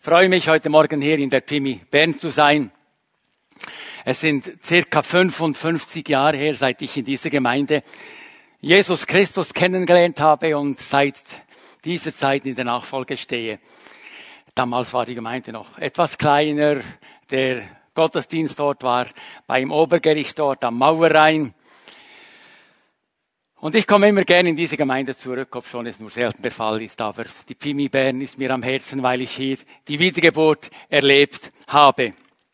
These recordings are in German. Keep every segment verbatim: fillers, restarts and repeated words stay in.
freue mich, heute Morgen hier in der P M I Bern zu sein. Es sind circa fünfundfünfzig Jahre her, seit ich in dieser Gemeinde Jesus Christus kennengelernt habe und seit dieser Zeit in der Nachfolge stehe. Damals war die Gemeinde noch etwas kleiner. Der Gottesdienst dort war beim Obergericht dort am Mauerrhein. Und ich komme immer gerne in diese Gemeinde zurück, obschon es nur selten der Fall ist. Aber die P M I Bern ist mir am Herzen, weil ich hier die Wiedergeburt erlebt habe.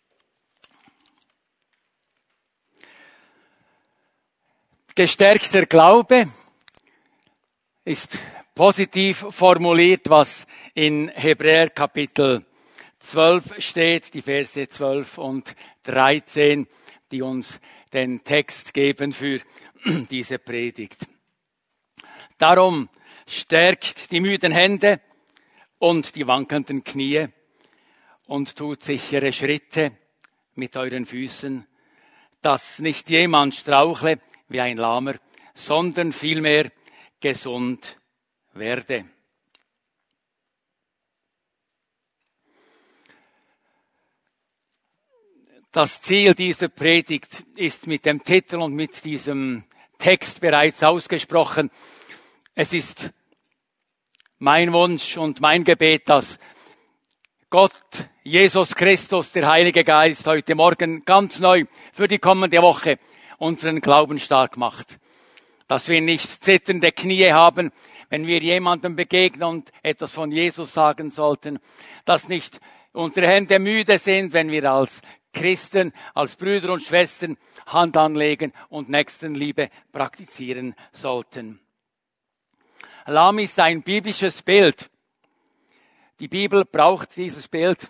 Gestärkter Glaube ist positiv formuliert, was in Hebräer Kapitel zwölf steht, die Verse zwölf und dreizehn, die uns den Text geben für diese Predigt. Darum stärkt die müden Hände und die wankenden Knie und tut sichere Schritte mit euren Füßen, dass nicht jemand strauchle wie ein Lahmer, sondern vielmehr gesund werde. Das Ziel dieser Predigt ist mit dem Titel und mit diesem Text bereits ausgesprochen. Es ist mein Wunsch und mein Gebet, dass Gott, Jesus Christus, der Heilige Geist, heute Morgen ganz neu für die kommende Woche unseren Glauben stark macht. Dass wir nicht zitternde Knie haben, wenn wir jemandem begegnen und etwas von Jesus sagen sollten. Dass nicht unsere Hände müde sind, wenn wir als Christen, als Brüder und Schwestern Hand anlegen und Nächstenliebe praktizieren sollten. Lamm ist ein biblisches Bild. Die Bibel braucht dieses Bild.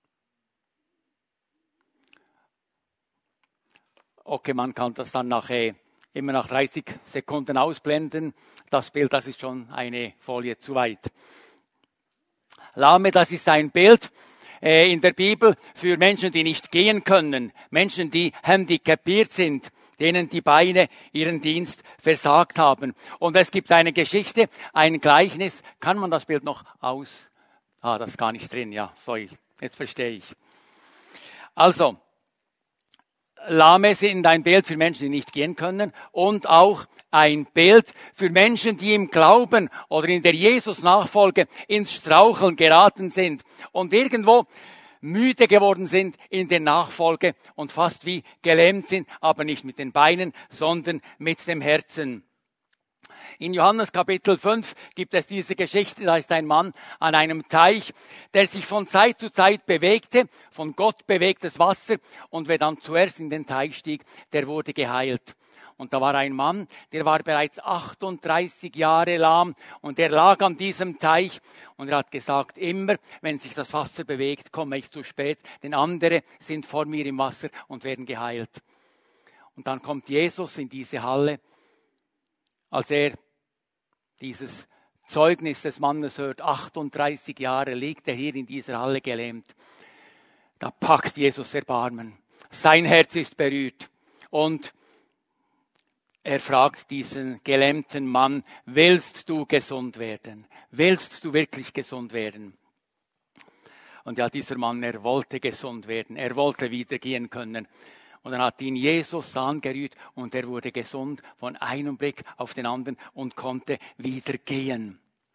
Okay, man kann das dann nachher immer nach dreißig Sekunden ausblenden. Das Bild, das ist schon eine Folie zu weit. Lahme, das ist ein Bild in der Bibel für Menschen, die nicht gehen können, Menschen, die handicapiert sind, denen die Beine ihren Dienst versagt haben. Und es gibt eine Geschichte, ein Gleichnis. Kann man das Bild noch aus? Ah, das ist gar nicht drin. Ja, sorry, jetzt verstehe ich. Also, Lahme sind ein Bild für Menschen, die nicht gehen können und auch ein Bild für Menschen, die im Glauben oder in der Jesus-Nachfolge ins Straucheln geraten sind und irgendwo müde geworden sind in der Nachfolge und fast wie gelähmt sind, aber nicht mit den Beinen, sondern mit dem Herzen. In Johannes Kapitel fünf gibt es diese Geschichte, da ist ein Mann an einem Teich, der sich von Zeit zu Zeit bewegte, von Gott bewegtes Wasser, und wer dann zuerst in den Teich stieg, der wurde geheilt. Und da war ein Mann, der war bereits achtunddreißig Jahre lahm und er lag an diesem Teich und er hat gesagt, immer wenn sich das Wasser bewegt, komme ich zu spät, denn andere sind vor mir im Wasser und werden geheilt. Und dann kommt Jesus in diese Halle, als er dieses Zeugnis des Mannes hört, achtunddreißig Jahre liegt er hier in dieser Halle gelähmt. Da packt Jesus Erbarmen. Sein Herz ist berührt. Und er fragt diesen gelähmten Mann, willst du gesund werden? Willst du wirklich gesund werden? Und ja, dieser Mann, er wollte gesund werden. Er wollte wieder gehen können. Und dann hat ihn Jesus angerührt und er wurde gesund von einem Blick auf den anderen und konnte wieder gehen.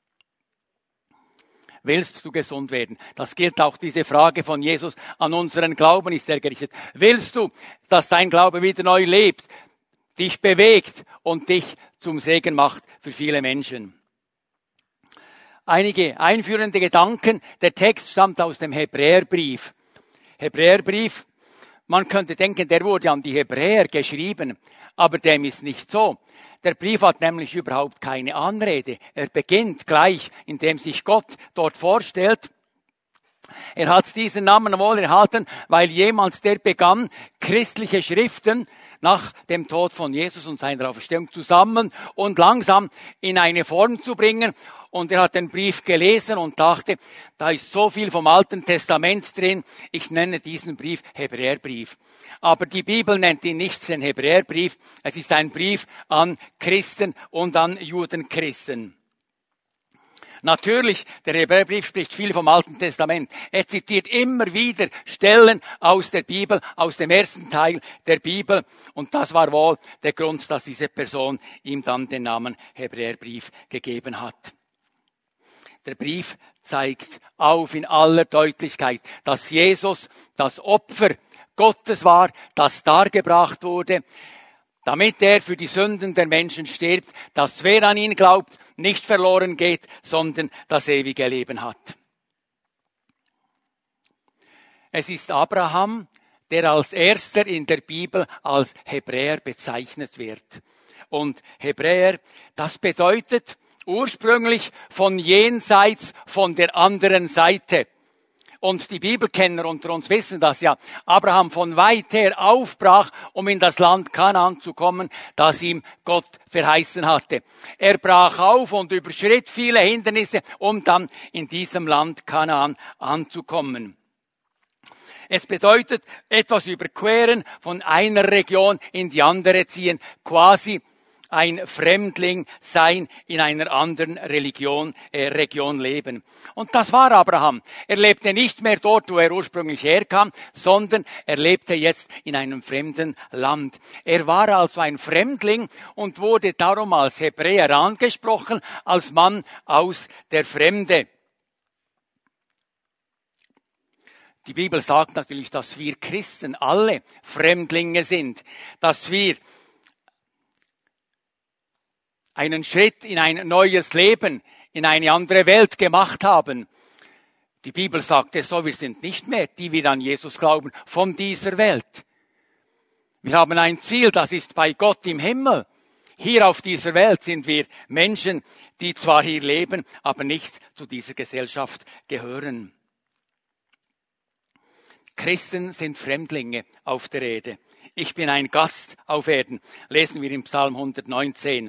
Willst du gesund werden? Das gilt auch, diese Frage von Jesus an unseren Glauben ist sehr gerichtet. Willst du, dass dein Glaube wieder neu lebt, dich bewegt und dich zum Segen macht für viele Menschen? Einige einführende Gedanken. Der Text stammt aus dem Hebräerbrief. Hebräerbrief. Man könnte denken, der wurde an die Hebräer geschrieben, aber dem ist nicht so. Der Brief hat nämlich überhaupt keine Anrede. Er beginnt gleich, indem sich Gott dort vorstellt. Er hat diesen Namen wohl erhalten, weil jemand, der begann, christliche Schriften nach dem Tod von Jesus und seiner Auferstehung zusammen und langsam in eine Form zu bringen. Und er hat den Brief gelesen und dachte, da ist so viel vom Alten Testament drin, ich nenne diesen Brief Hebräerbrief. Aber die Bibel nennt ihn nicht den Hebräerbrief, es ist ein Brief an Christen und an Judenchristen. Natürlich, der Hebräerbrief spricht viel vom Alten Testament. Er zitiert immer wieder Stellen aus der Bibel, aus dem ersten Teil der Bibel. Und das war wohl der Grund, dass diese Person ihm dann den Namen Hebräerbrief gegeben hat. Der Brief zeigt auf in aller Deutlichkeit, dass Jesus das Opfer Gottes war, das dargebracht wurde, damit er für die Sünden der Menschen stirbt, dass wer an ihn glaubt, nicht verloren geht, sondern das ewige Leben hat. Es ist Abraham, der als erster in der Bibel als Hebräer bezeichnet wird. Und Hebräer, das bedeutet ursprünglich von jenseits, von der anderen Seite. Und die Bibelkenner unter uns wissen das ja. Abraham von weit her aufbrach, um in das Land Kanaan zu kommen, das ihm Gott verheißen hatte. Er brach auf und überschritt viele Hindernisse, um dann in diesem Land Kanaan anzukommen. Es bedeutet etwas überqueren, von einer Region in die andere ziehen, quasi ein Fremdling sein, in einer anderen Religion, äh, Region leben. Und das war Abraham. Er lebte nicht mehr dort, wo er ursprünglich herkam, sondern er lebte jetzt in einem fremden Land. Er war also ein Fremdling und wurde darum als Hebräer angesprochen, als Mann aus der Fremde. Die Bibel sagt natürlich, dass wir Christen alle Fremdlinge sind, dass wir einen Schritt in ein neues Leben, in eine andere Welt gemacht haben. Die Bibel sagt es so, wir sind nicht mehr, die wir an Jesus glauben, von dieser Welt. Wir haben ein Ziel, das ist bei Gott im Himmel. Hier auf dieser Welt sind wir Menschen, die zwar hier leben, aber nicht zu dieser Gesellschaft gehören. Christen sind Fremdlinge auf der Erde. Ich bin ein Gast auf Erden. Lesen wir im Psalm hundertneunzehn.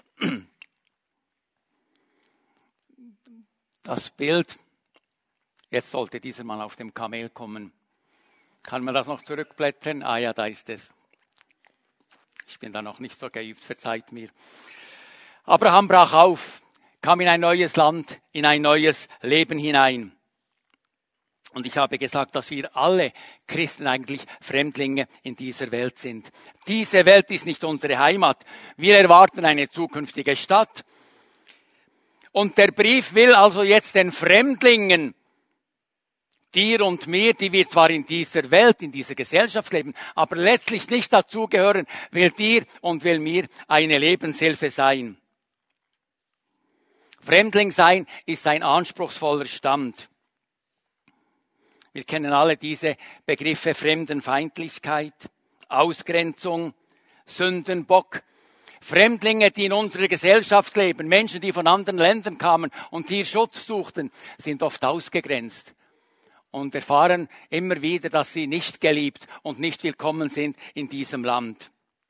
Das Bild, jetzt sollte dieser Mann auf dem Kamel kommen. Kann man das noch zurückblättern? Ah ja, da ist es. Ich bin da noch nicht so geübt, verzeiht mir. Abraham brach auf, kam in ein neues Land, in ein neues Leben hinein. Und ich habe gesagt, dass wir alle Christen eigentlich Fremdlinge in dieser Welt sind. Diese Welt ist nicht unsere Heimat. Wir erwarten eine zukünftige Stadt. Und der Brief will also jetzt den Fremdlingen, dir und mir, die wir zwar in dieser Welt, in dieser Gesellschaft leben, aber letztlich nicht dazugehören, will dir und will mir eine Lebenshilfe sein. Fremdling sein ist ein anspruchsvoller Stand. Wir kennen alle diese Begriffe Fremdenfeindlichkeit, Ausgrenzung, Sündenbock. Fremdlinge, die in unserer Gesellschaft leben, Menschen, die von anderen Ländern kamen und hier Schutz suchten, sind oft ausgegrenzt und erfahren immer wieder, dass sie nicht geliebt und nicht willkommen sind in diesem Land.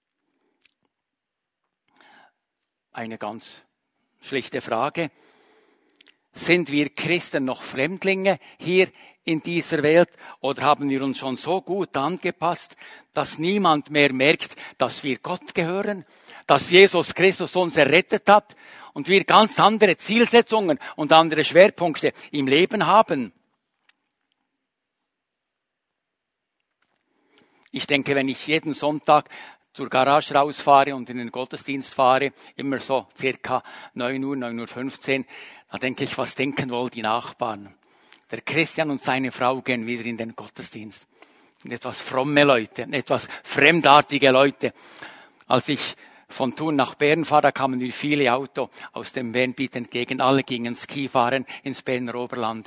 Eine ganz schlichte Frage. Sind wir Christen noch Fremdlinge hier in dieser Welt oder haben wir uns schon so gut angepasst, dass niemand mehr merkt, dass wir Gott gehören, dass Jesus Christus uns errettet hat und wir ganz andere Zielsetzungen und andere Schwerpunkte im Leben haben? Ich denke, wenn ich jeden Sonntag zur Garage rausfahre und in den Gottesdienst fahre, immer so circa neun Uhr, neun Uhr fünfzehn, da denke ich, was denken wohl die Nachbarn? Der Christian und seine Frau gehen wieder in den Gottesdienst. Und etwas fromme Leute, etwas fremdartige Leute. Als ich von Thun nach Bern fahre, da kamen mir viele Autos aus dem Bernbiet entgegen. Alle gingen Skifahren ins Berner Oberland.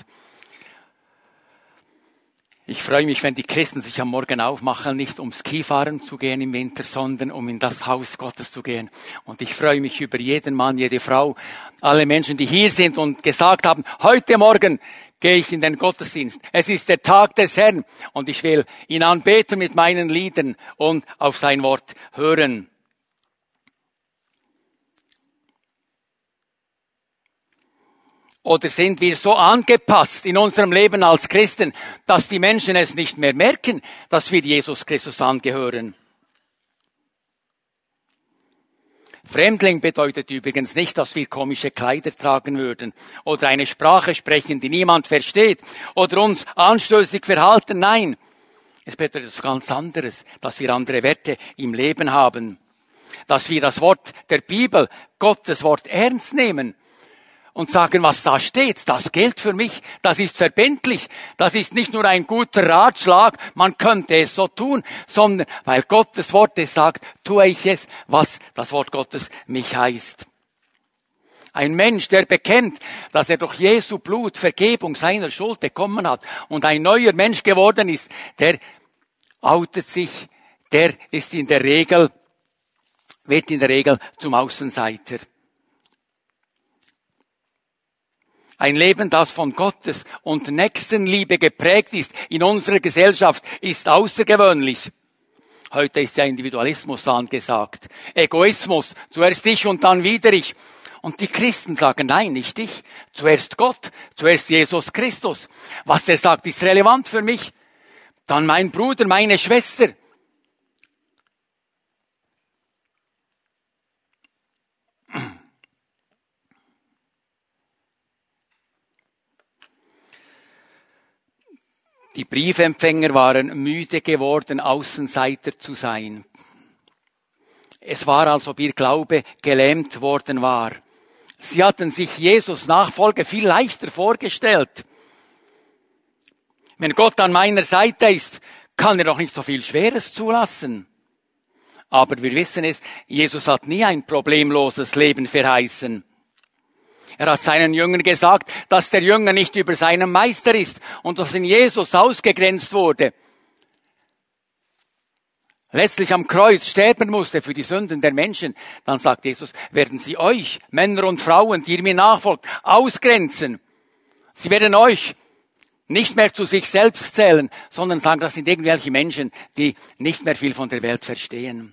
Ich freue mich, wenn die Christen sich am Morgen aufmachen, nicht um Skifahren zu gehen im Winter, sondern um in das Haus Gottes zu gehen. Und ich freue mich über jeden Mann, jede Frau, alle Menschen, die hier sind und gesagt haben, heute Morgen gehe ich in den Gottesdienst. Es ist der Tag des Herrn und ich will ihn anbeten mit meinen Liedern und auf sein Wort hören. Oder sind wir so angepasst in unserem Leben als Christen, dass die Menschen es nicht mehr merken, dass wir Jesus Christus angehören? Fremdling bedeutet übrigens nicht, dass wir komische Kleider tragen würden oder eine Sprache sprechen, die niemand versteht oder uns anstößig verhalten. Nein, es bedeutet etwas ganz anderes, dass wir andere Werte im Leben haben, dass wir das Wort der Bibel, Gottes Wort, ernst nehmen und sagen, was da steht, das gilt für mich, das ist verbindlich, das ist nicht nur ein guter Ratschlag, man könnte es so tun, sondern weil Gottes Wort es sagt, tue ich es, was das Wort Gottes mich heißt. Ein Mensch, der bekennt, dass er durch Jesu Blut Vergebung seiner Schuld bekommen hat und ein neuer Mensch geworden ist, der outet sich, der ist in der Regel, wird in der Regel zum Außenseiter. Ein Leben, das von Gottes und Nächstenliebe geprägt ist in unserer Gesellschaft, ist außergewöhnlich. Heute ist ja Individualismus angesagt. Egoismus, zuerst ich und dann wieder ich. Und die Christen sagen, nein, nicht ich. Zuerst Gott, zuerst Jesus Christus. Was er sagt, ist relevant für mich. Dann mein Bruder, meine Schwester. Die Briefempfänger waren müde geworden, Außenseiter zu sein. Es war, als ob ihr Glaube gelähmt worden war. Sie hatten sich Jesus Nachfolge viel leichter vorgestellt. Wenn Gott an meiner Seite ist, kann er doch nicht so viel Schweres zulassen. Aber wir wissen es, Jesus hat nie ein problemloses Leben verheißen. Er hat seinen Jüngern gesagt, dass der Jünger nicht über seinen Meister ist und dass in Jesus ausgegrenzt wurde. Letztlich am Kreuz sterben musste für die Sünden der Menschen. Dann sagt Jesus, werden sie euch, Männer und Frauen, die ihr mir nachfolgt, ausgrenzen. Sie werden euch nicht mehr zu sich selbst zählen, sondern sagen, das sind irgendwelche Menschen, die nicht mehr viel von der Welt verstehen.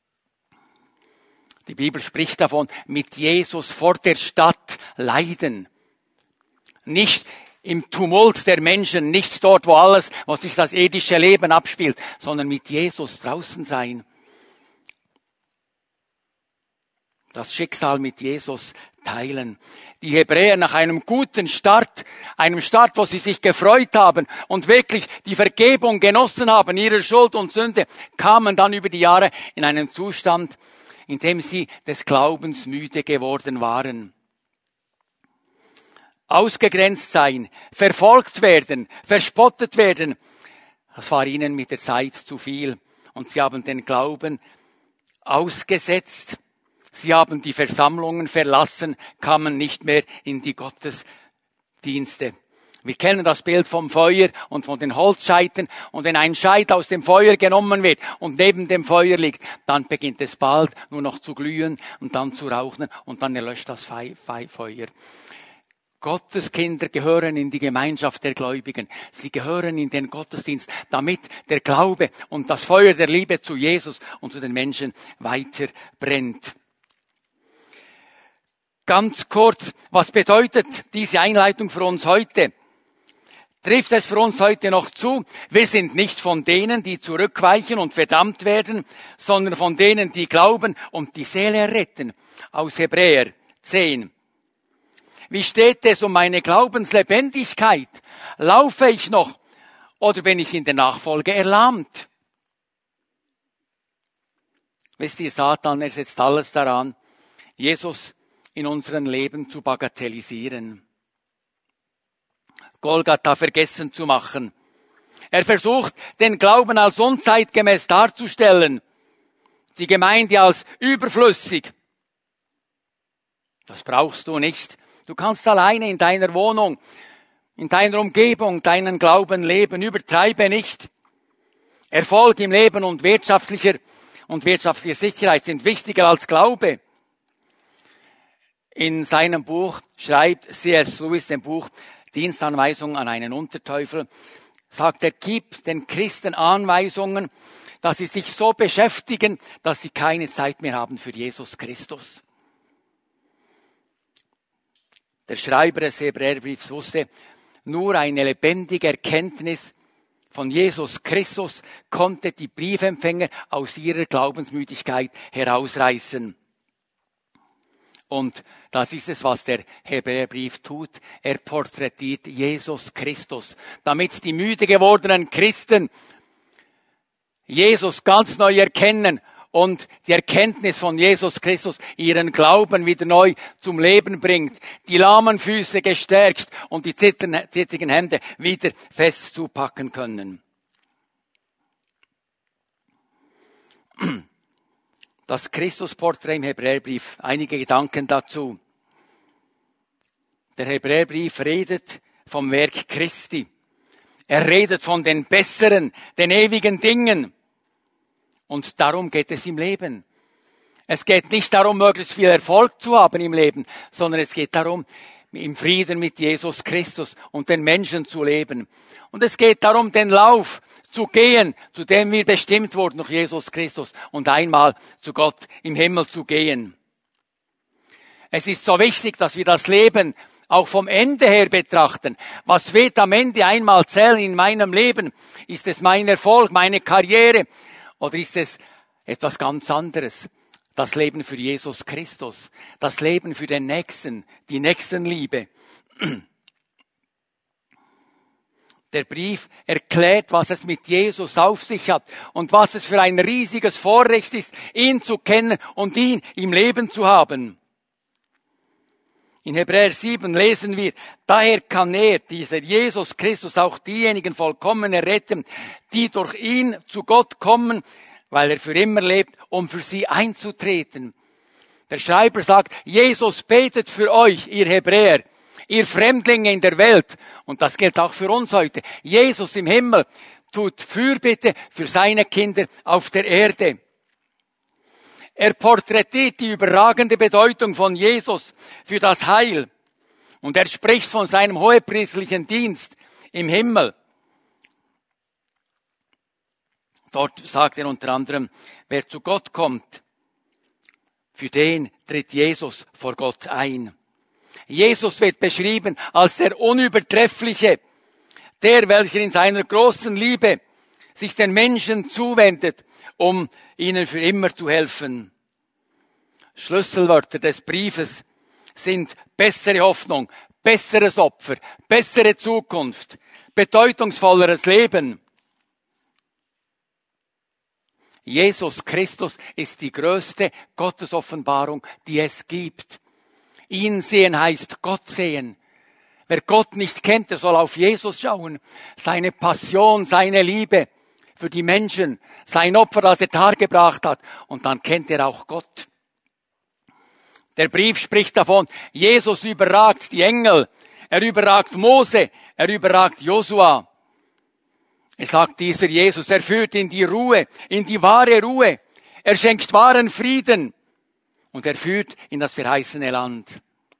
Die Bibel spricht davon, mit Jesus vor der Stadt leiden. Nicht im Tumult der Menschen, nicht dort, wo alles, wo sich das irdische Leben abspielt, sondern mit Jesus draußen sein. Das Schicksal mit Jesus teilen. Die Hebräer nach einem guten Start, einem Start, wo sie sich gefreut haben und wirklich die Vergebung genossen haben, ihrer Schuld und Sünde, kamen dann über die Jahre in einen Zustand, in dem sie des Glaubens müde geworden waren. Ausgegrenzt sein, verfolgt werden, verspottet werden, das war ihnen mit der Zeit zu viel. Und sie haben den Glauben ausgesetzt. Sie haben die Versammlungen verlassen, kamen nicht mehr in die Gottesdienste. Wir kennen das Bild vom Feuer und von den Holzscheiten. Und wenn ein Scheit aus dem Feuer genommen wird und neben dem Feuer liegt, dann beginnt es bald nur noch zu glühen und dann zu rauchen und dann erlöscht das Feuer. Gottes Kinder gehören in die Gemeinschaft der Gläubigen. Sie gehören in den Gottesdienst, damit der Glaube und das Feuer der Liebe zu Jesus und zu den Menschen weiter brennt. Ganz kurz, was bedeutet diese Einleitung für uns heute? Trifft es für uns heute noch zu? Wir sind nicht von denen, die zurückweichen und verdammt werden, sondern von denen, die glauben und die Seele retten. Aus Hebräer zehn. Wie steht es um meine Glaubenslebendigkeit? Laufe ich noch oder bin ich in der Nachfolge erlahmt? Wisst ihr, Satan, er setzt alles daran, Jesus in unserem Leben zu bagatellisieren. Golgatha vergessen zu machen. Er versucht, den Glauben als unzeitgemäß darzustellen, die Gemeinde als überflüssig. Das brauchst du nicht. Du kannst alleine in deiner Wohnung, in deiner Umgebung deinen Glauben leben. Übertreibe nicht. Erfolg im Leben und wirtschaftlicher und wirtschaftliche Sicherheit sind wichtiger als Glaube. In seinem Buch schreibt C S Lewis, dem Buch Dienstanweisung an einen Unterteufel, sagt er, gib den Christen Anweisungen, dass sie sich so beschäftigen, dass sie keine Zeit mehr haben für Jesus Christus. Der Schreiber des Hebräerbriefs wusste, nur eine lebendige Erkenntnis von Jesus Christus konnte die Briefempfänger aus ihrer Glaubensmüdigkeit herausreißen. Und das ist es, was der Hebräerbrief tut. Er porträtiert Jesus Christus, damit die müde gewordenen Christen Jesus ganz neu erkennen und die Erkenntnis von Jesus Christus ihren Glauben wieder neu zum Leben bringt, die lahmen Füße gestärkt und die zittrigen Hände wieder fest zupacken können. Das Christusporträt im Hebräerbrief, einige Gedanken dazu. Der Hebräerbrief redet vom Werk Christi. Er redet von den besseren, den ewigen Dingen. Und darum geht es im Leben. Es geht nicht darum, möglichst viel Erfolg zu haben im Leben, sondern es geht darum, im Frieden mit Jesus Christus und den Menschen zu leben. Und es geht darum, den Lauf zu gehen, zu dem wir bestimmt wurden durch Jesus Christus und einmal zu Gott im Himmel zu gehen. Es ist so wichtig, dass wir das Leben auch vom Ende her betrachten. Was wird am Ende einmal zählen in meinem Leben? Ist es mein Erfolg, meine Karriere oder ist es etwas ganz anderes? Das Leben für Jesus Christus, das Leben für den Nächsten, die Nächstenliebe. Der Brief erklärt, was es mit Jesus auf sich hat und was es für ein riesiges Vorrecht ist, ihn zu kennen und ihn im Leben zu haben. In Hebräer sieben lesen wir, daher kann er, dieser Jesus Christus, auch diejenigen vollkommen erretten, die durch ihn zu Gott kommen, weil er für immer lebt, um für sie einzutreten. Der Schreiber sagt, Jesus betet für euch, ihr Hebräer, ihr Fremdlinge in der Welt. Und das gilt auch für uns heute. Jesus im Himmel tut Fürbitte für seine Kinder auf der Erde. Er porträtiert die überragende Bedeutung von Jesus für das Heil. Und er spricht von seinem hohepriestlichen Dienst im Himmel. Dort sagt er unter anderem, wer zu Gott kommt, für den tritt Jesus vor Gott ein. Jesus wird beschrieben als der Unübertreffliche, der, welcher in seiner großen Liebe sich den Menschen zuwendet, um ihnen für immer zu helfen. Schlüsselwörter des Briefes sind bessere Hoffnung, besseres Opfer, bessere Zukunft, bedeutungsvolleres Leben. Jesus Christus ist die größte Gottesoffenbarung, die es gibt. Ihn sehen heißt Gott sehen. Wer Gott nicht kennt, der soll auf Jesus schauen. Seine Passion, seine Liebe für die Menschen, sein Opfer, das er dargebracht hat. Und dann kennt er auch Gott. Der Brief spricht davon, Jesus überragt die Engel. Er überragt Mose. Er überragt Josua. Er sagt, dieser Jesus, er führt in die Ruhe, in die wahre Ruhe. Er schenkt wahren Frieden. Und er führt in das verheißene Land.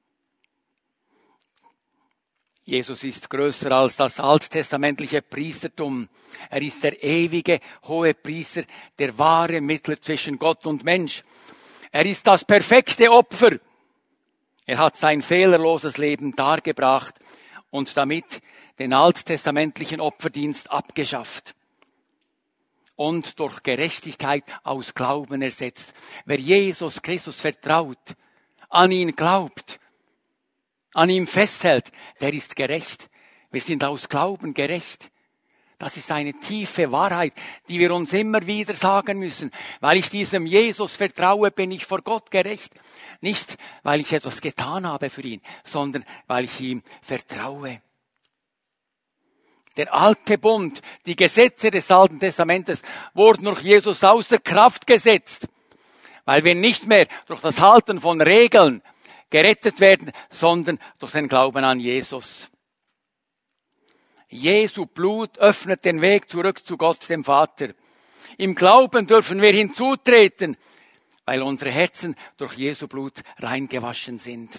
Jesus ist größer als das alttestamentliche Priestertum. Er ist der ewige hohe Priester, der wahre Mittler zwischen Gott und Mensch. Er ist das perfekte Opfer. Er hat sein fehlerloses Leben dargebracht und damit den alttestamentlichen Opferdienst abgeschafft und durch Gerechtigkeit aus Glauben ersetzt. Wer Jesus Christus vertraut, an ihn glaubt, an ihm festhält, der ist gerecht. Wir sind aus Glauben gerecht. Das ist eine tiefe Wahrheit, die wir uns immer wieder sagen müssen. Weil ich diesem Jesus vertraue, bin ich vor Gott gerecht. Nicht, weil ich etwas getan habe für ihn, sondern weil ich ihm vertraue. Der alte Bund, die Gesetze des Alten Testamentes wurden durch Jesus außer Kraft gesetzt, weil wir nicht mehr durch das Halten von Regeln gerettet werden, sondern durch den Glauben an Jesus. Jesu Blut öffnet den Weg zurück zu Gott, dem Vater. Im Glauben dürfen wir hinzutreten, weil unsere Herzen durch Jesu Blut reingewaschen sind.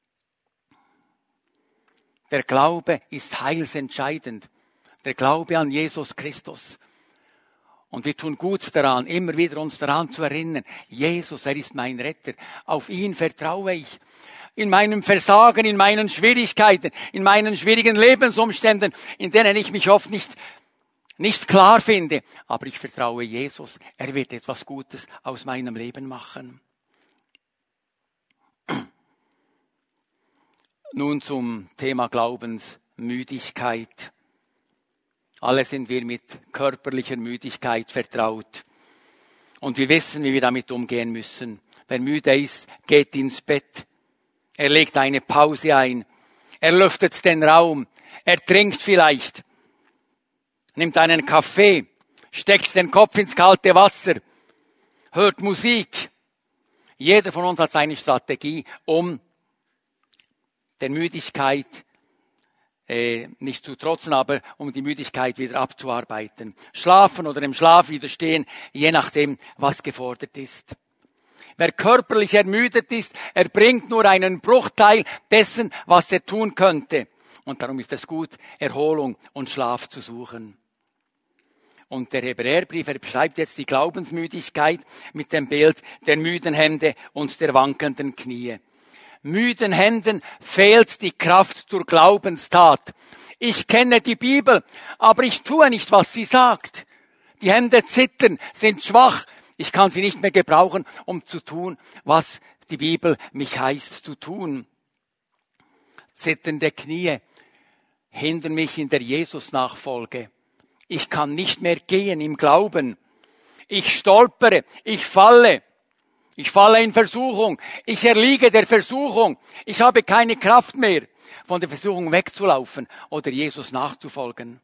Der Glaube ist heilsentscheidend. Der Glaube an Jesus Christus. Und wir tun gut daran, immer wieder uns daran zu erinnern, Jesus, er ist mein Retter. Auf ihn vertraue ich. In meinem Versagen, in meinen Schwierigkeiten, in meinen schwierigen Lebensumständen, in denen ich mich oft nicht, nicht klar finde. Aber ich vertraue Jesus. Er wird etwas Gutes aus meinem Leben machen. Nun zum Thema Glaubensmüdigkeit. Alle sind wir mit körperlicher Müdigkeit vertraut. Und wir wissen, wie wir damit umgehen müssen. Wer müde ist, geht ins Bett. Er legt eine Pause ein. Er lüftet den Raum. Er trinkt vielleicht. Nimmt einen Kaffee. Steckt den Kopf ins kalte Wasser. Hört Musik. Jeder von uns hat seine Strategie, um der Müdigkeit äh, nicht zu trotzen, aber um die Müdigkeit wieder abzuarbeiten. Schlafen oder im Schlaf widerstehen, je nachdem, was gefordert ist. Wer körperlich ermüdet ist, er bringt nur einen Bruchteil dessen, was er tun könnte. Und darum ist es gut, Erholung und Schlaf zu suchen. Und der Hebräerbrief, er beschreibt jetzt die Glaubensmüdigkeit mit dem Bild der müden Hände und der wankenden Knie. Müden Händen fehlt die Kraft zur Glaubenstat. Ich kenne die Bibel, aber ich tue nicht, was sie sagt. Die Hände zittern, sind schwach. Ich kann sie nicht mehr gebrauchen, um zu tun, was die Bibel mich heißt zu tun. Zitternde Knie hindern mich in der Jesus-Nachfolge. Ich kann nicht mehr gehen im Glauben. Ich stolpere, ich falle. Ich falle in Versuchung. Ich erliege der Versuchung. Ich habe keine Kraft mehr, von der Versuchung wegzulaufen oder Jesus nachzufolgen.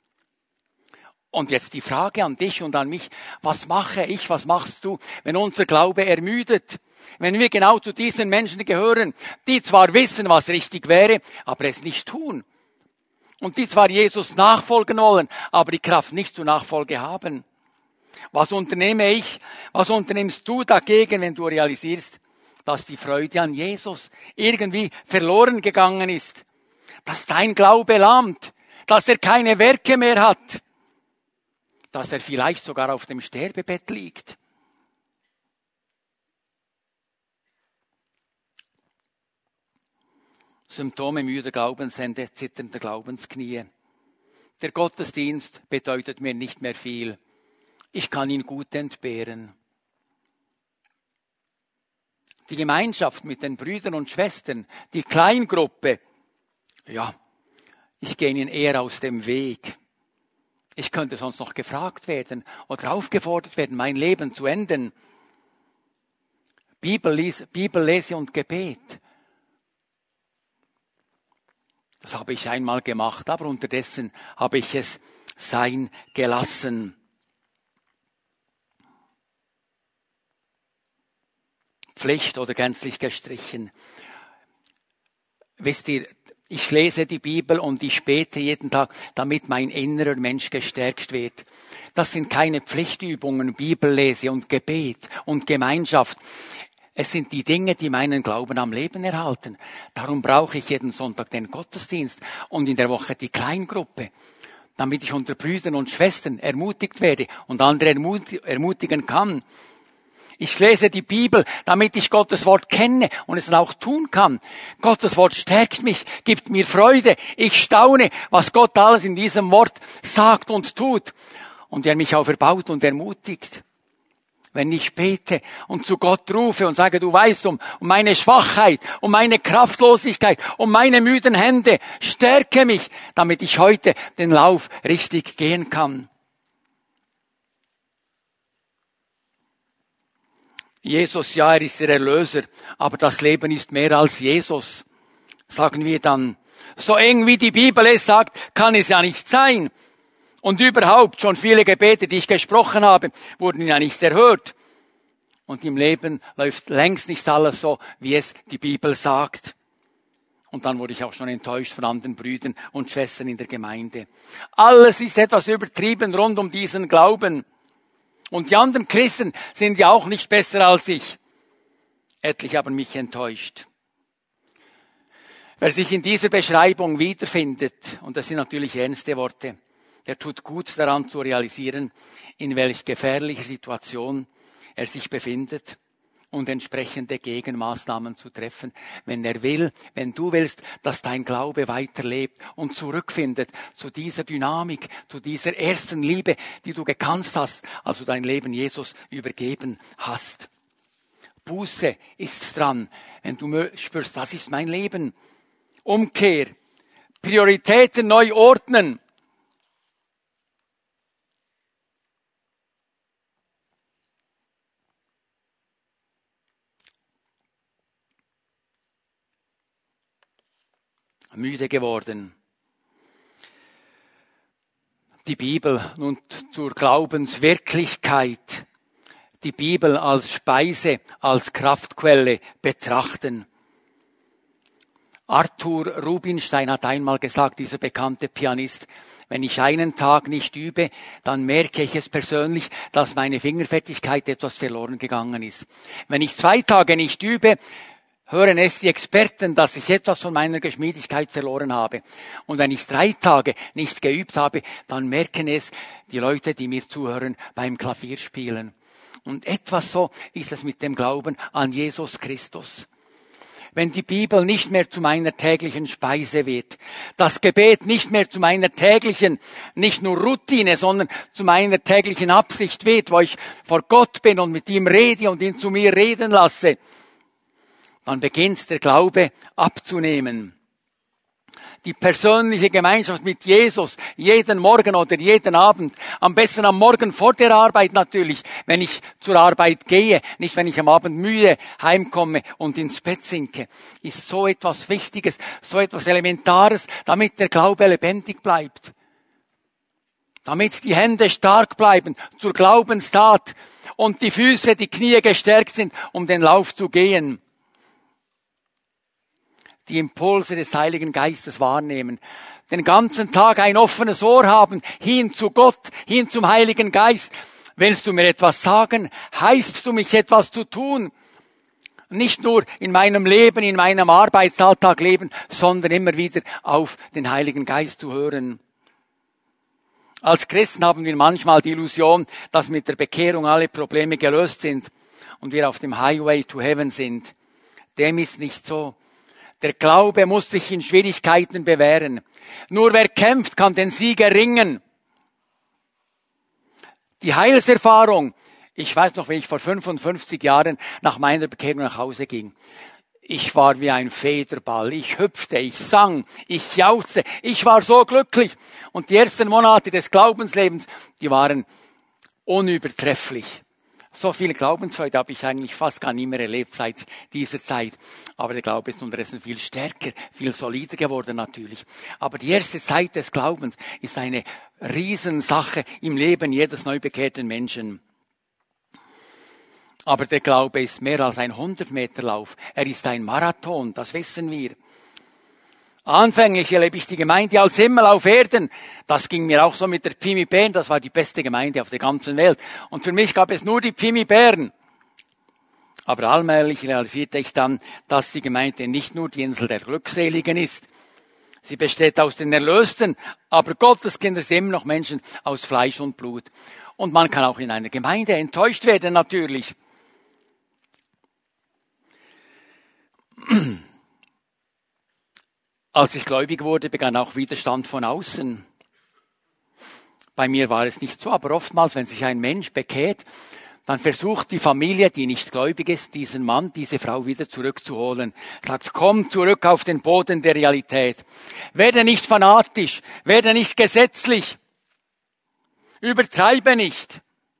Und jetzt die Frage an dich und an mich, was mache ich, was machst du, wenn unser Glaube ermüdet? Wenn wir genau zu diesen Menschen gehören, die zwar wissen, was richtig wäre, aber es nicht tun. Und die zwar Jesus nachfolgen wollen, aber die Kraft nicht zur Nachfolge haben. Was unternehme ich? Was unternimmst du dagegen, wenn du realisierst, dass die Freude an Jesus irgendwie verloren gegangen ist? Dass dein Glaube lahmt, dass er keine Werke mehr hat, dass er vielleicht sogar auf dem Sterbebett liegt. Symptome müder Glaubenshände, zitternder Glaubensknie. Der Gottesdienst bedeutet mir nicht mehr viel. Ich kann ihn gut entbehren. Die Gemeinschaft mit den Brüdern und Schwestern, die Kleingruppe, ja, ich gehe ihnen eher aus dem Weg. Ich könnte sonst noch gefragt werden oder aufgefordert werden, mein Leben zu ändern. Bibellese, Bibellese und Gebet. Das habe ich einmal gemacht, aber unterdessen habe ich es sein gelassen. Pflicht oder gänzlich gestrichen. Wisst ihr, ich lese die Bibel und ich bete jeden Tag, damit mein innerer Mensch gestärkt wird. Das sind keine Pflichtübungen, Bibellese und Gebet und Gemeinschaft. Es sind die Dinge, die meinen Glauben am Leben erhalten. Darum brauche ich jeden Sonntag den Gottesdienst und in der Woche die Kleingruppe, damit ich unter Brüdern und Schwestern ermutigt werde und andere ermutigen kann. Ich lese die Bibel, damit ich Gottes Wort kenne und es dann auch tun kann. Gottes Wort stärkt mich, gibt mir Freude. Ich staune, was Gott alles in diesem Wort sagt und tut. Und er mich auch erbaut und ermutigt. Wenn ich bete und zu Gott rufe und sage, du weißt um, um meine Schwachheit, um meine Kraftlosigkeit, um meine müden Hände, stärke mich, damit ich heute den Lauf richtig gehen kann. Jesus, ja, er ist der Erlöser, aber das Leben ist mehr als Jesus, sagen wir dann. So eng wie die Bibel es sagt, kann es ja nicht sein. Und überhaupt, schon viele Gebete, die ich gesprochen habe, wurden ja nicht erhört. Und im Leben läuft längst nicht alles so, wie es die Bibel sagt. Und dann wurde ich auch schon enttäuscht von anderen Brüdern und Schwestern in der Gemeinde. Alles ist etwas übertrieben rund um diesen Glauben. Und die anderen Christen sind ja auch nicht besser als ich. Etliche haben mich enttäuscht. Wer sich in dieser Beschreibung wiederfindet, und das sind natürlich ernste Worte, der tut gut daran zu realisieren, in welch gefährlicher Situation er sich befindet und entsprechende Gegenmaßnahmen zu treffen, wenn er will, wenn du willst, dass dein Glaube weiterlebt und zurückfindet zu dieser Dynamik, zu dieser ersten Liebe, die du gekannt hast, als du dein Leben Jesus übergeben hast. Buße ist dran, wenn du spürst, das ist mein Leben. Umkehr. Prioritäten neu ordnen. Müde geworden. Die Bibel nun zur Glaubenswirklichkeit. Die Bibel als Speise, als Kraftquelle betrachten. Arthur Rubinstein hat einmal gesagt, dieser bekannte Pianist, wenn ich einen Tag nicht übe, dann merke ich es persönlich, dass meine Fingerfertigkeit etwas verloren gegangen ist. Wenn ich zwei Tage nicht übe, hören es die Experten, dass ich etwas von meiner Geschmiedigkeit verloren habe. Und wenn ich drei Tage nicht geübt habe, dann merken es die Leute, die mir zuhören beim Klavierspielen. Und etwas so ist es mit dem Glauben an Jesus Christus. Wenn die Bibel nicht mehr zu meiner täglichen Speise wird, das Gebet nicht mehr zu meiner täglichen, nicht nur Routine, sondern zu meiner täglichen Absicht wird, wo ich vor Gott bin und mit ihm rede und ihn zu mir reden lasse, dann beginnt der Glaube abzunehmen. Die persönliche Gemeinschaft mit Jesus, jeden Morgen oder jeden Abend, am besten am Morgen vor der Arbeit natürlich, wenn ich zur Arbeit gehe, nicht wenn ich am Abend müde heimkomme und ins Bett sinke, ist so etwas Wichtiges, so etwas Elementares, damit der Glaube lebendig bleibt. Damit die Hände stark bleiben zur Glaubenstat und die Füße, die Knie gestärkt sind, um den Lauf zu gehen. Die Impulse des Heiligen Geistes wahrnehmen, den ganzen Tag ein offenes Ohr haben, hin zu Gott, hin zum Heiligen Geist. Willst du mir etwas sagen? Heißt du mich etwas zu tun? Nicht nur in meinem Leben, in meinem Arbeitsalltag leben, sondern immer wieder auf den Heiligen Geist zu hören. Als Christen haben wir manchmal die Illusion, dass mit der Bekehrung alle Probleme gelöst sind und wir auf dem Highway to Heaven sind. Dem ist nicht so. Der Glaube muss sich in Schwierigkeiten bewähren. Nur wer kämpft, kann den Sieg erringen. Die Heilserfahrung. Ich weiß noch, wie ich vor fünfundfünfzig Jahren nach meiner Bekehrung nach Hause ging. Ich war wie ein Federball. Ich hüpfte, ich sang, ich jauchzte. Ich war so glücklich. Und die ersten Monate des Glaubenslebens, die waren unübertrefflich. So viel Glaubensfreude habe ich eigentlich fast gar nicht mehr erlebt seit dieser Zeit. Aber der Glaube ist unterdessen viel stärker, viel solider geworden natürlich. Aber die erste Zeit des Glaubens ist eine Riesensache im Leben jedes neu bekehrten Menschen. Aber der Glaube ist mehr als ein hundert-Meter-Lauf. Er ist ein Marathon, das wissen wir. Anfänglich erlebe ich die Gemeinde als Himmel auf Erden. Das ging mir auch so mit der Pfimi Bern. Das war die beste Gemeinde auf der ganzen Welt. Und für mich gab es nur die Pfimi Bern. Aber allmählich realisierte ich dann, dass die Gemeinde nicht nur die Insel der Glückseligen ist. Sie besteht aus den Erlösten, aber Gottes Kinder sind immer noch Menschen aus Fleisch und Blut. Und man kann auch in einer Gemeinde enttäuscht werden, natürlich. Als ich gläubig wurde, begann auch Widerstand von außen. Bei mir war es nicht so, aber oftmals, wenn sich ein Mensch bekehrt, dann versucht die Familie, die nicht gläubig ist, diesen Mann, diese Frau wieder zurückzuholen. Sagt, komm zurück auf den Boden der Realität. Werde nicht fanatisch, werde nicht gesetzlich, übertreibe nicht.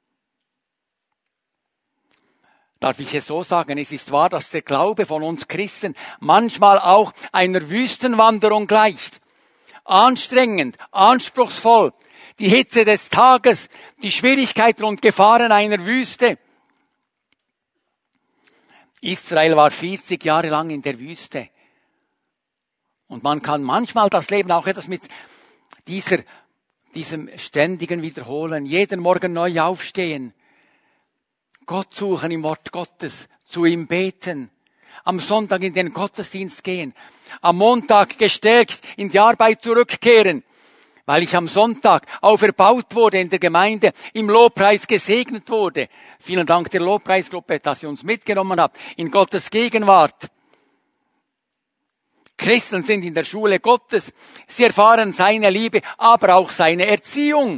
Darf ich es so sagen, es ist wahr, dass der Glaube von uns Christen manchmal auch einer Wüstenwanderung gleicht. Anstrengend, anspruchsvoll, die Hitze des Tages, die Schwierigkeiten und Gefahren einer Wüste. Israel war vierzig Jahre lang in der Wüste. Und man kann manchmal das Leben auch etwas mit dieser, diesem ständigen Wiederholen, jeden Morgen neu aufstehen, Gott suchen im Wort Gottes, zu ihm beten, am Sonntag in den Gottesdienst gehen, am Montag gestärkt in die Arbeit zurückkehren, weil ich am Sonntag auferbaut wurde in der Gemeinde, im Lobpreis gesegnet wurde. Vielen Dank der Lobpreisgruppe, dass sie uns mitgenommen hat in Gottes Gegenwart. Christen sind in der Schule Gottes. Sie erfahren seine Liebe, aber auch seine Erziehung.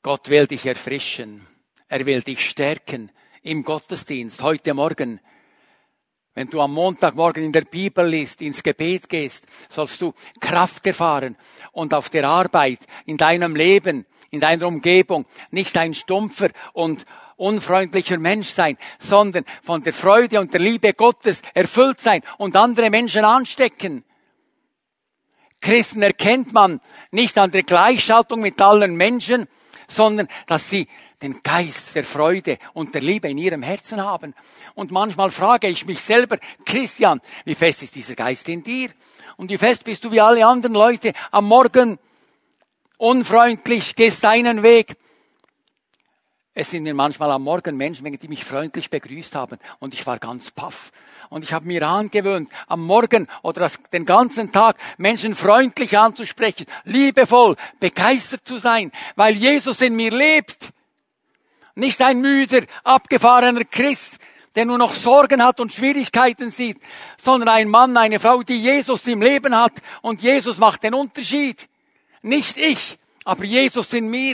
Gott will dich erfrischen. Er will dich stärken im Gottesdienst heute Morgen. Wenn du am Montagmorgen in der Bibel liest, ins Gebet gehst, sollst du Kraft erfahren und auf der Arbeit, in deinem Leben, in deiner Umgebung nicht ein stumpfer und unfreundlicher Mensch sein, sondern von der Freude und der Liebe Gottes erfüllt sein und andere Menschen anstecken. Christen erkennt man nicht an der Gleichschaltung mit allen Menschen, sondern dass sie den Geist der Freude und der Liebe in ihrem Herzen haben. Und manchmal frage ich mich selber, Christian, wie fest ist dieser Geist in dir? Und wie fest bist du wie alle anderen Leute am Morgen unfreundlich, gehst deinen Weg? Es sind mir manchmal am Morgen Menschen, die mich freundlich begrüßt haben und ich war ganz paff. Und ich habe mir angewöhnt, am Morgen oder das, den ganzen Tag Menschen freundlich anzusprechen, liebevoll, begeistert zu sein, weil Jesus in mir lebt. Nicht ein müder, abgefahrener Christ, der nur noch Sorgen hat und Schwierigkeiten sieht, sondern ein Mann, eine Frau, die Jesus im Leben hat und Jesus macht den Unterschied. Nicht ich, aber Jesus in mir.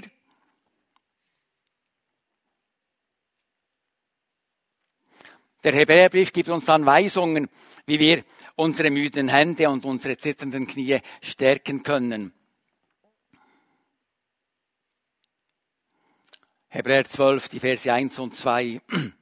Der Hebräerbrief gibt uns dann Weisungen, wie wir unsere müden Hände und unsere zitternden Knie stärken können. Hebräer zwölf, die Verse eins und zwei.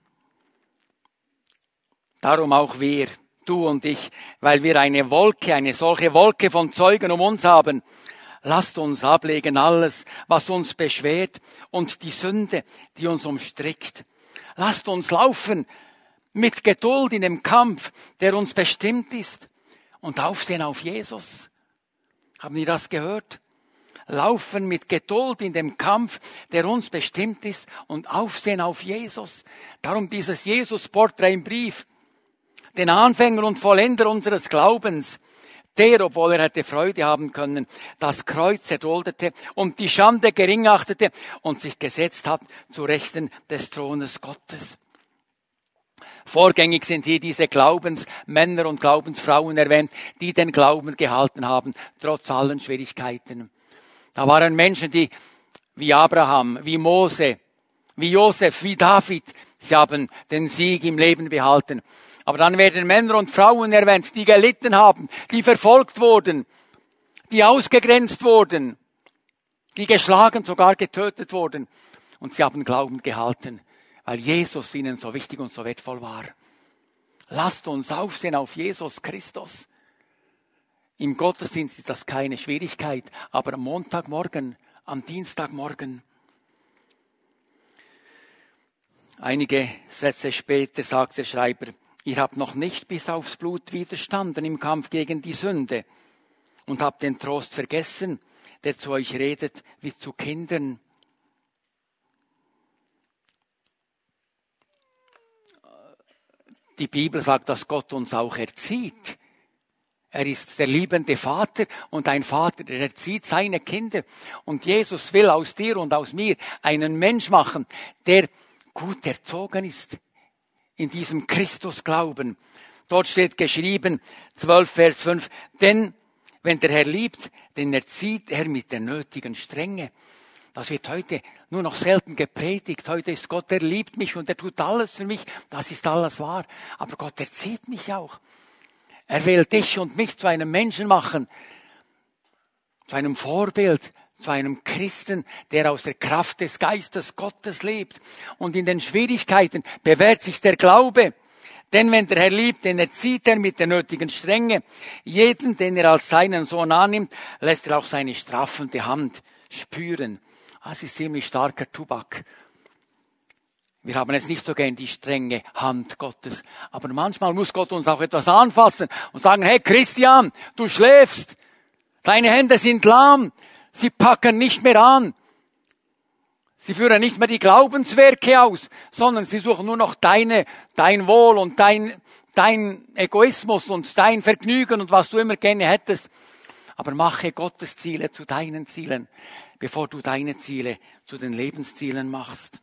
Darum auch wir, du und ich, weil wir eine Wolke, eine solche Wolke von Zeugen um uns haben, lasst uns ablegen alles, was uns beschwert und die Sünde, die uns umstrickt. Lasst uns laufen mit Geduld in dem Kampf, der uns bestimmt ist, und aufsehen auf Jesus. Haben Sie das gehört? Laufen mit Geduld in dem Kampf, der uns bestimmt ist, und aufsehen auf Jesus. Darum dieses Jesus-Porträt im Brief. Den Anfänger und Vollender unseres Glaubens, der, obwohl er hätte Freude haben können, das Kreuz erduldete und die Schande gering achtete und sich gesetzt hat zu Rechten des Thrones Gottes. Vorgängig sind hier diese Glaubensmänner und Glaubensfrauen erwähnt, die den Glauben gehalten haben, trotz allen Schwierigkeiten. Da waren Menschen, die wie Abraham, wie Mose, wie Josef, wie David, sie haben den Sieg im Leben behalten. Aber dann werden Männer und Frauen erwähnt, die gelitten haben, die verfolgt wurden, die ausgegrenzt wurden, die geschlagen, sogar getötet wurden. Und sie haben Glauben gehalten, weil Jesus ihnen so wichtig und so wertvoll war. Lasst uns aufsehen auf Jesus Christus. Im Gottesdienst ist das keine Schwierigkeit, aber am Montagmorgen, am Dienstagmorgen. Einige Sätze später sagt der Schreiber, ihr habt noch nicht bis aufs Blut widerstanden im Kampf gegen die Sünde und habt den Trost vergessen, der zu euch redet wie zu Kindern. Die Bibel sagt, dass Gott uns auch erzieht. Er ist der liebende Vater und ein Vater, der erzieht seine Kinder. Und Jesus will aus dir und aus mir einen Mensch machen, der gut erzogen ist in diesem Christusglauben. Dort steht geschrieben, zwölf Vers fünf, denn wenn der Herr liebt, den erzieht er mit der nötigen Strenge. Das wird heute nur noch selten gepredigt. Heute ist Gott, er liebt mich und er tut alles für mich. Das ist alles wahr. Aber Gott erzieht mich auch. Er will dich und mich zu einem Menschen machen, zu einem Vorbild, zu einem Christen, der aus der Kraft des Geistes Gottes lebt. Und in den Schwierigkeiten bewährt sich der Glaube. Denn wenn der Herr liebt, den erzieht er mit der nötigen Strenge. Jeden, den er als seinen Sohn annimmt, lässt er auch seine straffende Hand spüren. Das ist ziemlich starker Tubak. Wir haben jetzt nicht so gern die strenge Hand Gottes. Aber manchmal muss Gott uns auch etwas anfassen und sagen, hey Christian, du schläfst. Deine Hände sind lahm. Sie packen nicht mehr an. Sie führen nicht mehr die Glaubenswerke aus, sondern sie suchen nur noch deine, dein Wohl und dein, dein Egoismus und dein Vergnügen und was du immer gerne hättest. Aber mache Gottes Ziele zu deinen Zielen, bevor du deine Ziele zu den Lebenszielen machst.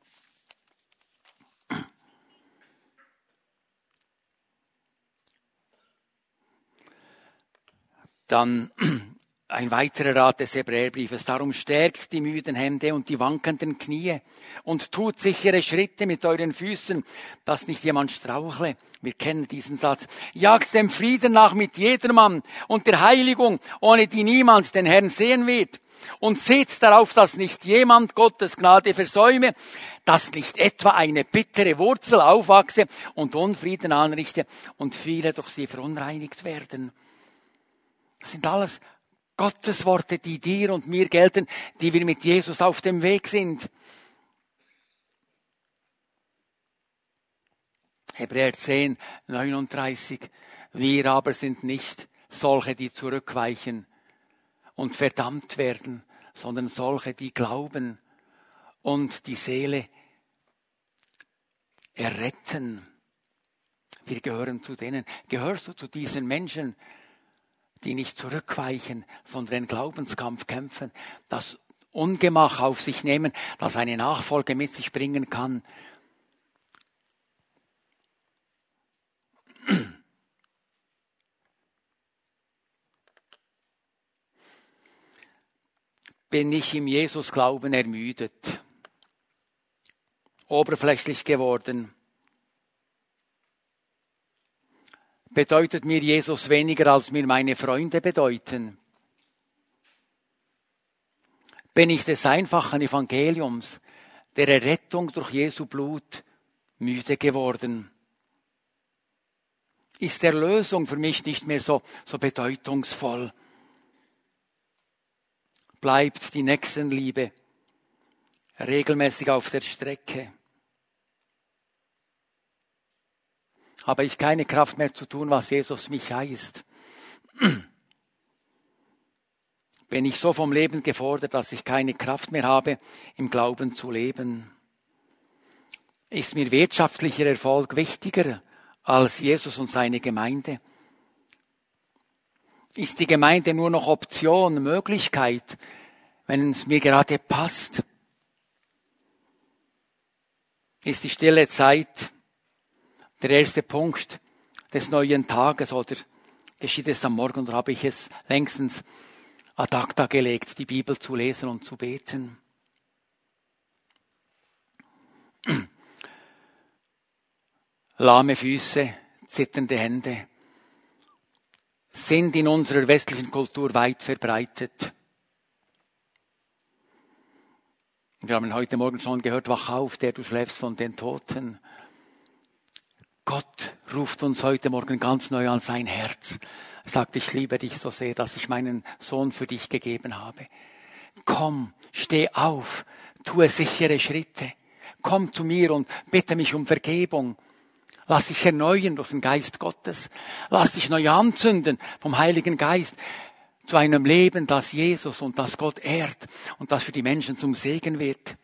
Dann Ein weiterer Rat des Hebräerbriefes. Darum stärkt die müden Hände und die wankenden Knie und tut sichere Schritte mit euren Füßen, dass nicht jemand strauchle. Wir kennen diesen Satz. Jagt dem Frieden nach mit jedermann und der Heiligung, ohne die niemand den Herrn sehen wird. Und seht darauf, dass nicht jemand Gottes Gnade versäume, dass nicht etwa eine bittere Wurzel aufwachse und Unfrieden anrichte und viele durch sie verunreinigt werden. Das sind alles Gottes Worte, die dir und mir gelten, die wir mit Jesus auf dem Weg sind. Hebräer zehn, neununddreißig. Wir aber sind nicht solche, die zurückweichen und verdammt werden, sondern solche, die glauben und die Seele erretten. Wir gehören zu denen. Gehörst du zu diesen Menschen, die nicht zurückweichen, sondern den Glaubenskampf kämpfen, das Ungemach auf sich nehmen, das eine Nachfolge mit sich bringen kann? Bin ich im Jesus-Glauben ermüdet, oberflächlich geworden? Bedeutet mir Jesus weniger, als mir meine Freunde bedeuten? Bin ich des einfachen Evangeliums, der Errettung durch Jesu Blut, müde geworden? Ist Erlösung für mich nicht mehr so, so bedeutungsvoll? Bleibt die Nächstenliebe regelmäßig auf der Strecke? Habe ich keine Kraft mehr zu tun, was Jesus mich heißt? Bin ich so vom Leben gefordert, dass ich keine Kraft mehr habe, im Glauben zu leben? Ist mir wirtschaftlicher Erfolg wichtiger als Jesus und seine Gemeinde? Ist die Gemeinde nur noch Option, Möglichkeit, wenn es mir gerade passt? Ist die stille Zeit der erste Punkt des neuen Tages oder geschieht es am Morgen oder habe ich es längstens ad acta gelegt, die Bibel zu lesen und zu beten? Lahme Füße, zitternde Hände sind in unserer westlichen Kultur weit verbreitet. Wir haben heute Morgen schon gehört, wach auf, der du schläfst von den Toten. Gott ruft uns heute Morgen ganz neu an sein Herz. Er sagt, ich liebe dich so sehr, dass ich meinen Sohn für dich gegeben habe. Komm, steh auf, tue sichere Schritte. Komm zu mir und bitte mich um Vergebung. Lass dich erneuern durch den Geist Gottes. Lass dich neu anzünden vom Heiligen Geist zu einem Leben, das Jesus und das Gott ehrt und das für die Menschen zum Segen wird.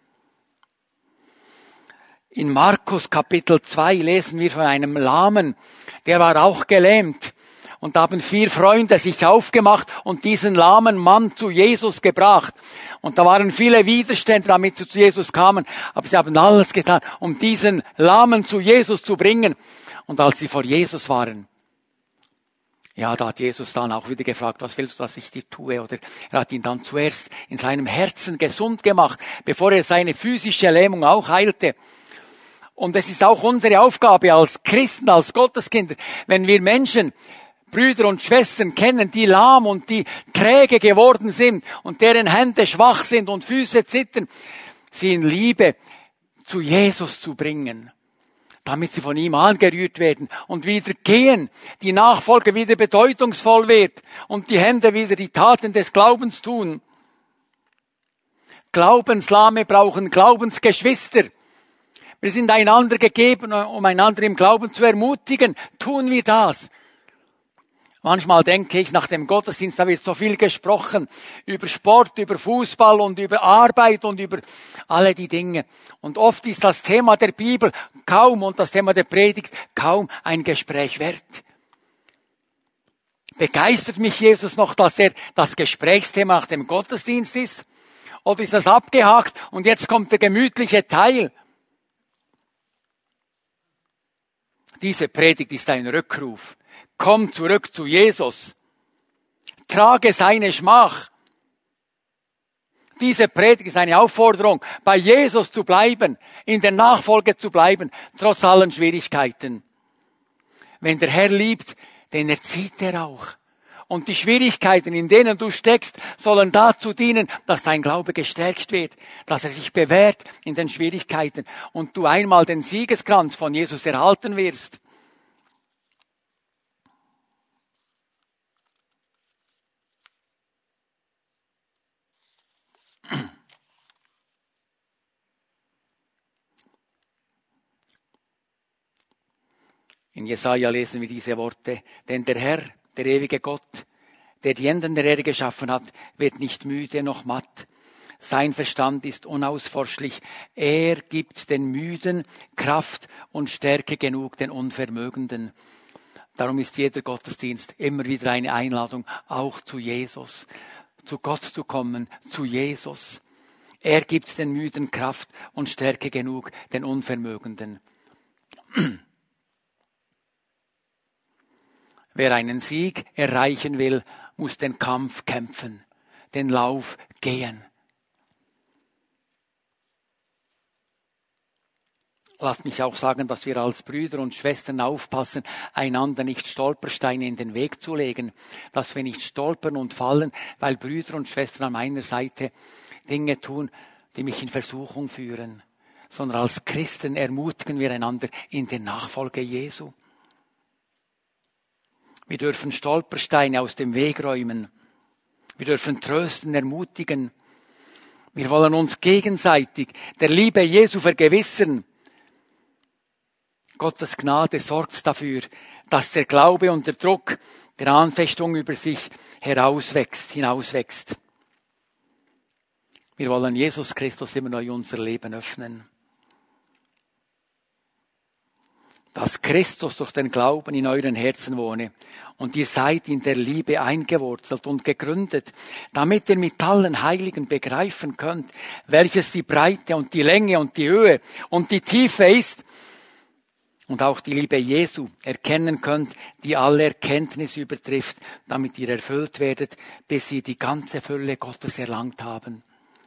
In Markus Kapitel zwei lesen wir von einem Lahmen, der war auch gelähmt. Und da haben vier Freunde sich aufgemacht und diesen lahmen Mann zu Jesus gebracht. Und da waren viele Widerstände, damit sie zu Jesus kamen. Aber sie haben alles getan, um diesen Lahmen zu Jesus zu bringen. Und als sie vor Jesus waren, ja, da hat Jesus dann auch wieder gefragt, was willst du, dass ich dir tue? Oder er hat ihn dann zuerst in seinem Herzen gesund gemacht, bevor er seine physische Lähmung auch heilte. Und es ist auch unsere Aufgabe als Christen, als Gotteskinder, wenn wir Menschen, Brüder und Schwestern kennen, die lahm und die träge geworden sind und deren Hände schwach sind und Füße zittern, sie in Liebe zu Jesus zu bringen, damit sie von ihm angerührt werden und wieder gehen, die Nachfolge wieder bedeutungsvoll wird und die Hände wieder die Taten des Glaubens tun. Glaubenslahme brauchen Glaubensgeschwister. Wir sind einander gegeben, um einander im Glauben zu ermutigen. Tun wir das. Manchmal denke ich, nach dem Gottesdienst, da wird so viel gesprochen über Sport, über Fußball und über Arbeit und über alle die Dinge. Und oft ist das Thema der Bibel kaum und das Thema der Predigt kaum ein Gespräch wert. Begeistert mich Jesus noch, dass er das Gesprächsthema nach dem Gottesdienst ist? Oder ist das abgehakt und jetzt kommt der gemütliche Teil? Diese Predigt ist ein Rückruf. Komm zurück zu Jesus. trage seine Schmach. Diese Predigt ist eine Aufforderung, bei Jesus zu bleiben, in der Nachfolge zu bleiben, trotz allen Schwierigkeiten. Wenn der Herr liebt, den erzieht er auch. Und die Schwierigkeiten, in denen du steckst, sollen dazu dienen, dass dein Glaube gestärkt wird, dass er sich bewährt in den Schwierigkeiten und du einmal den Siegeskranz von Jesus erhalten wirst. In Jesaja lesen wir diese Worte. Denn der Herr, der ewige Gott, der die Enden der Erde geschaffen hat, wird nicht müde noch matt. Sein Verstand ist unausforschlich. Er gibt den Müden Kraft und Stärke genug den Unvermögenden. Darum ist jeder Gottesdienst immer wieder eine Einladung, auch zu Jesus, zu Gott zu kommen, zu Jesus. Er gibt den Müden Kraft und Stärke genug den Unvermögenden. Wer einen Sieg erreichen will, muss den Kampf kämpfen, den Lauf gehen. Lasst mich auch sagen, dass wir als Brüder und Schwestern aufpassen, einander nicht Stolpersteine in den Weg zu legen, dass wir nicht stolpern und fallen, weil Brüder und Schwestern an meiner Seite Dinge tun, die mich in Versuchung führen, sondern als Christen ermutigen wir einander in der Nachfolge Jesu. Wir dürfen Stolpersteine aus dem Weg räumen. Wir dürfen trösten, ermutigen. Wir wollen uns gegenseitig der Liebe Jesu vergewissern. Gottes Gnade sorgt dafür, dass der Glaube unter Druck der Anfechtung über sich herauswächst, hinauswächst. Wir wollen Jesus Christus immer neu unser Leben öffnen. Dass Christus durch den Glauben in euren Herzen wohne und ihr seid in der Liebe eingewurzelt und gegründet, damit ihr mit allen Heiligen begreifen könnt, welches die Breite und die Länge und die Höhe und die Tiefe ist und auch die Liebe Jesu erkennen könnt, die alle Erkenntnis übertrifft, damit ihr erfüllt werdet, bis ihr die ganze Fülle Gottes erlangt haben.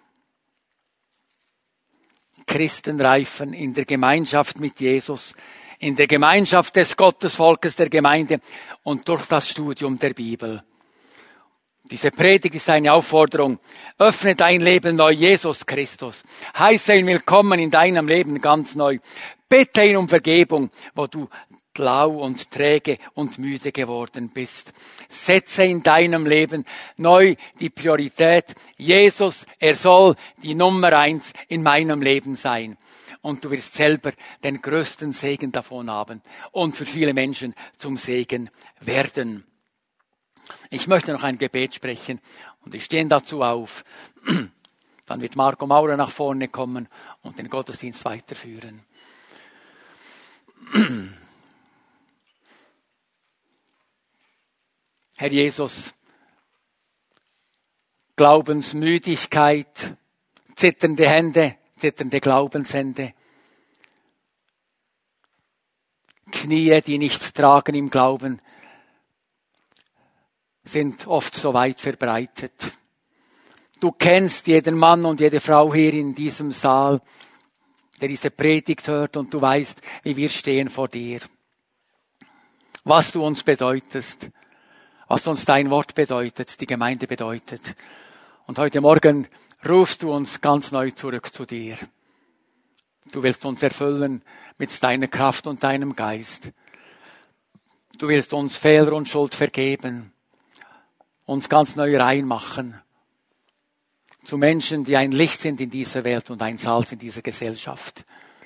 Christen reifen in der Gemeinschaft mit Jesus, in der Gemeinschaft des Gottesvolkes der Gemeinde und durch das Studium der Bibel. Diese Predigt ist eine Aufforderung. Öffne dein Leben neu Jesus Christus. Heiße ihn willkommen in deinem Leben ganz neu. Bitte ihn um Vergebung, wo du lau und träge und müde geworden bist. Setze in deinem Leben neu die Priorität. Jesus, er soll die Nummer eins in meinem Leben sein. Und du wirst selber den größten Segen davon haben und für viele Menschen zum Segen werden. Ich möchte noch ein Gebet sprechen und wir stehen dazu auf. Dann wird Marco Maurer nach vorne kommen und den Gottesdienst weiterführen. Herr Jesus, Glaubensmüdigkeit, zitternde Hände, zitternde Glaubenshände, Knie, die nichts tragen im Glauben, sind oft so weit verbreitet. Du kennst jeden Mann und jede Frau hier in diesem Saal, der diese Predigt hört, und du weißt, wie wir stehen vor dir. Was du uns bedeutest, was uns dein Wort bedeutet, die Gemeinde bedeutet. Und heute Morgen rufst du uns ganz neu zurück zu dir. Du willst uns erfüllen mit deiner Kraft und deinem Geist. Du willst uns Fehler und Schuld vergeben, uns ganz neu reinmachen zu Menschen, die ein Licht sind in dieser Welt und ein Salz in dieser Gesellschaft.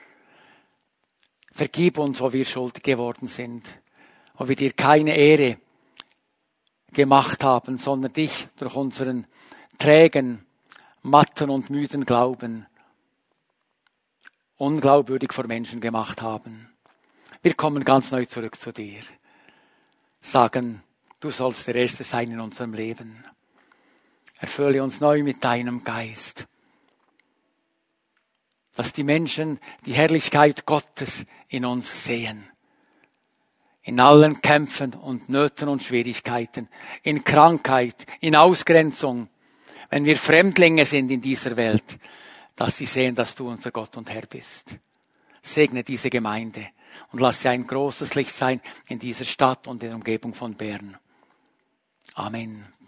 Vergib uns, wo wir schuldig geworden sind, wo wir dir keine Ehre gemacht haben, sondern dich durch unseren trägen, matten und müden Glauben unglaubwürdig vor Menschen gemacht haben. Wir kommen ganz neu zurück zu dir. Sagen, du sollst der Erste sein in unserem Leben. Erfülle uns neu mit deinem Geist. Dass die Menschen die Herrlichkeit Gottes in uns sehen. in allen Kämpfen und Nöten und Schwierigkeiten, in Krankheit, in Ausgrenzung, wenn wir Fremdlinge sind in dieser Welt, dass sie sehen, dass du unser Gott und Herr bist. Segne diese Gemeinde und lass sie ein großes Licht sein in dieser Stadt und in der Umgebung von Bern. Amen.